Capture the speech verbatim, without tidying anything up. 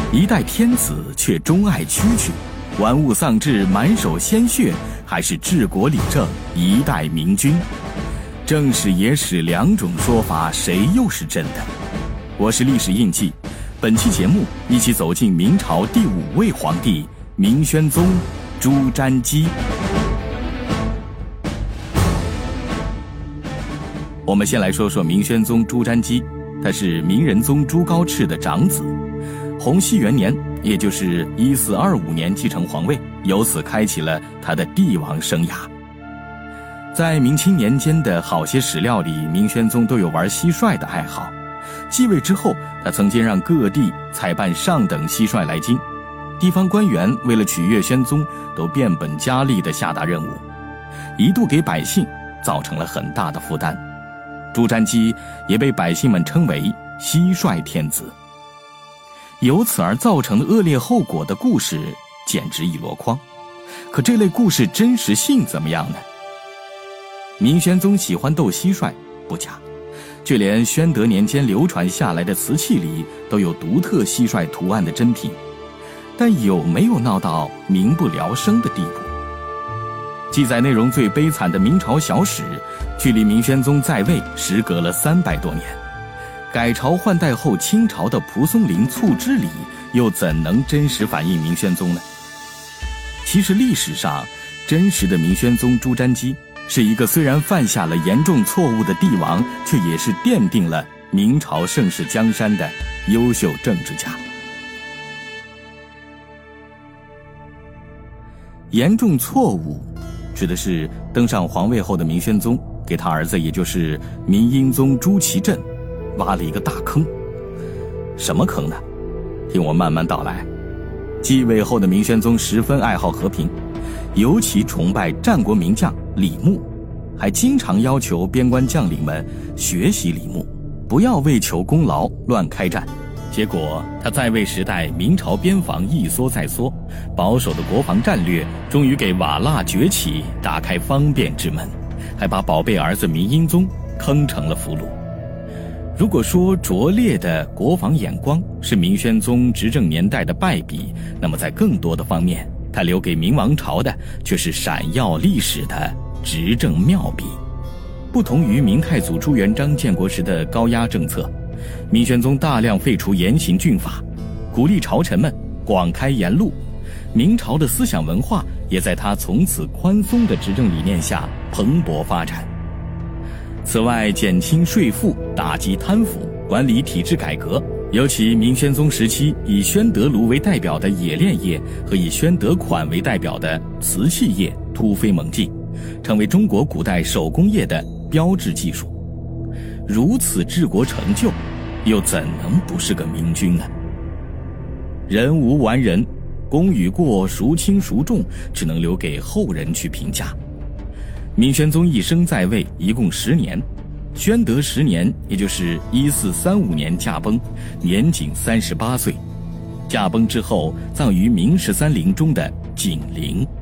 一代天子却钟爱蛐蛐，玩物丧志，满手鲜血，还是治国理政，一代明君？正史野史两种说法，谁又是真的？我是历史印记，本期节目一起走进明朝第五位皇帝明宣宗朱瞻基。我们先来说说明宣宗朱瞻基，他是明仁宗朱高炽的长子，洪熙元年，也就是一四二五年继承皇位，由此开启了他的帝王生涯。在明清年间的好些史料里，明宣宗都有玩蟋蟀的爱好。继位之后，他曾经让各地采办上等蟋蟀来京，地方官员为了取悦宣宗，都变本加厉地下达任务，一度给百姓造成了很大的负担。朱瞻基也被百姓们称为蟋蟀天子。由此而造成的恶劣后果的故事简直一箩筐，可这类故事真实性怎么样呢？明宣宗喜欢斗蟋蟀不假，就连宣德年间流传下来的瓷器里都有独特蟋蟀图案的珍品，但有没有闹到民不聊生的地步？记载内容最悲惨的明朝小史，距离明宣宗在位时隔了三百多年，改朝换代后清朝的蒲松龄促织礼又怎能真实反映明宣宗呢？其实历史上真实的明宣宗朱瞻基是一个虽然犯下了严重错误的帝王，却也是奠定了明朝盛世江山的优秀政治家。严重错误指的是登上皇位后的明宣宗给他儿子，也就是明英宗朱祁镇挖了一个大坑。什么坑呢？听我慢慢道来。继位后的明宣宗十分爱好和平，尤其崇拜战国名将李牧，还经常要求边关将领们学习李牧，不要为求功劳乱开战。结果他在位时代，明朝边防一缩再缩，保守的国防战略终于给瓦剌崛起打开方便之门，还把宝贝儿子明英宗坑成了俘虏。如果说拙劣的国防眼光是明宣宗执政年代的败笔，那么在更多的方面，他留给明王朝的却是闪耀历史的执政妙笔。不同于明太祖朱元璋建国时的高压政策，明宣宗大量废除严刑峻法，鼓励朝臣们广开言路，明朝的思想文化也在他从此宽松的执政理念下蓬勃发展。此外，减轻税负，打击贪腐，管理体制改革，尤其明宣宗时期以宣德炉为代表的冶炼业和以宣德款为代表的瓷器业突飞猛进，成为中国古代手工业的标志技术。如此治国成就，又怎能不是个明君呢？人无完人，功与过孰轻孰重，只能留给后人去评价。明宣宗一生在位一共十年，宣德十年，也就是一四三五年驾崩，年仅三十八岁。驾崩之后，葬于明十三陵中的景陵。